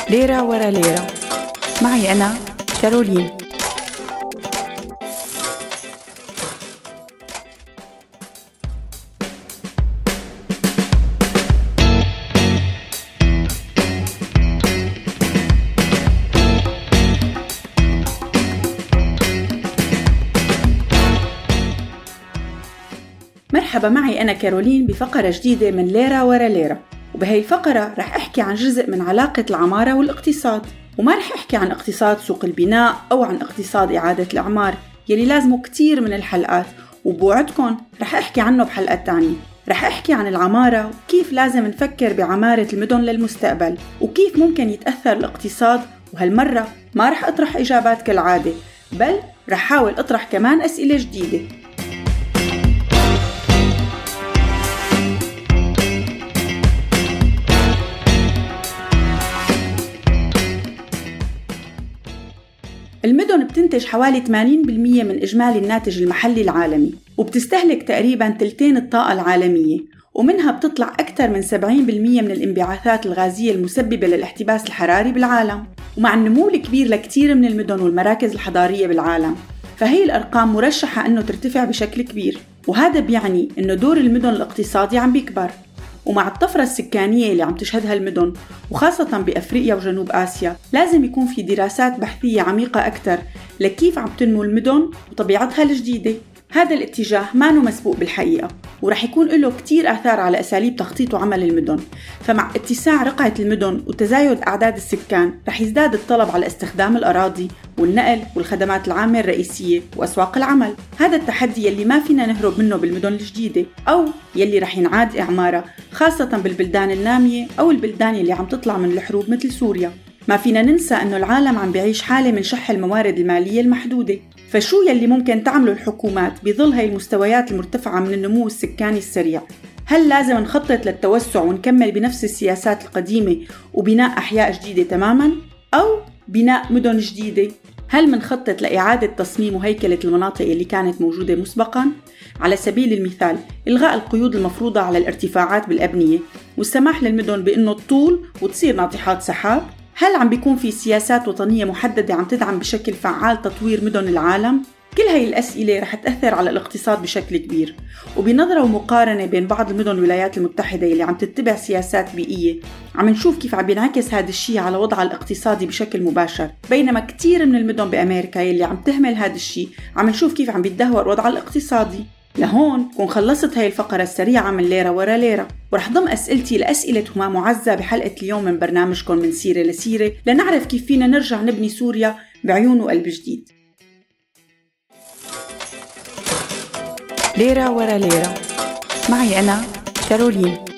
ليرة ورا ليرة، معي أنا كارولين. مرحبا، معي أنا كارولين بفقرة جديدة من ليرة ورا ليرة. وبهي الفقرة رح أحكي عن جزء من علاقة العمارة والاقتصاد، وما رح أحكي عن اقتصاد سوق البناء أو عن اقتصاد إعادة الإعمار يلي لازمه كتير من الحلقات، وبوعدكم رح أحكي عنه بحلقة تانية. رح أحكي عن العمارة وكيف لازم نفكر بعمارة المدن للمستقبل، وكيف ممكن يتأثر الاقتصاد. وهالمرة ما رح أطرح إجابات كالعادة، بل رح حاول أطرح كمان أسئلة جديدة. المدن بتنتج حوالي 80% من إجمالي الناتج المحلي العالمي، وبتستهلك تقريباً تلتين الطاقة العالمية، ومنها بتطلع أكثر من 70% من الانبعاثات الغازية المسببة للاحتباس الحراري بالعالم. ومع النمو الكبير لكتير من المدن والمراكز الحضارية بالعالم، فهي الأرقام مرشحة أنه ترتفع بشكل كبير، وهذا بيعني أنه دور المدن الاقتصادي عم بيكبر. ومع الطفرة السكانية اللي عم تشهدها المدن، وخاصة بأفريقيا وجنوب آسيا، لازم يكون في دراسات بحثية عميقة أكثر لكيف عم تنمو المدن وطبيعتها الجديدة. هذا الاتجاه ما هو مسبوق بالحقيقة، ورح يكون له كتير آثار على أساليب تخطيط وعمل المدن. فمع اتساع رقعة المدن وتزايد أعداد السكان، رح يزداد الطلب على استخدام الأراضي والنقل والخدمات العامة الرئيسية وأسواق العمل. هذا التحدي يلي ما فينا نهرب منه بالمدن الجديدة، أو يلي رح ينعاد إعمارها، خاصة بالبلدان النامية أو البلدان يلي عم تطلع من الحروب مثل سوريا. ما فينا ننسى أنه العالم عم بيعيش حالة من شح الموارد المالية المحدودة. فشو يلي ممكن تعمله الحكومات بظل هاي المستويات المرتفعة من النمو السكاني السريع؟ هل لازم نخطط للتوسع ونكمل بنفس السياسات القديمة وبناء أحياء جديدة تماماً؟ أو بناء مدن جديدة؟ هل منخطط لإعادة تصميم وهيكلة المناطق اللي كانت موجودة مسبقاً؟ على سبيل المثال، إلغاء القيود المفروضة على الارتفاعات بالأبنية، والسماح للمدن بأنه تطول وتصير ناطحات سحاب. هل عم بيكون في سياسات وطنية محددة عم تدعم بشكل فعال تطوير مدن العالم؟ كل هاي الأسئلة رح تأثر على الاقتصاد بشكل كبير. وبنظرة ومقارنة بين بعض المدن الولايات المتحدة اللي عم تتبع سياسات بيئية، عم نشوف كيف عم بينعكس هذا الشيء على وضعها الاقتصادي بشكل مباشر، بينما كتير من المدن بأمريكا اللي عم تهمل هذا الشيء عم نشوف كيف عم بيتدهور وضعها الاقتصادي. لهون كون خلصت هاي الفقرة السريعة من ليرة ورا ليرة، ورح ضم أسئلتي لأسئلة همام معزة بحلقة اليوم من برنامجكم من سيرة لسيرة، لنعرف كيف فينا نرجع نبني سوريا بعيون وقلب جديد. ليرة ورا ليرة، معي أنا كارولين.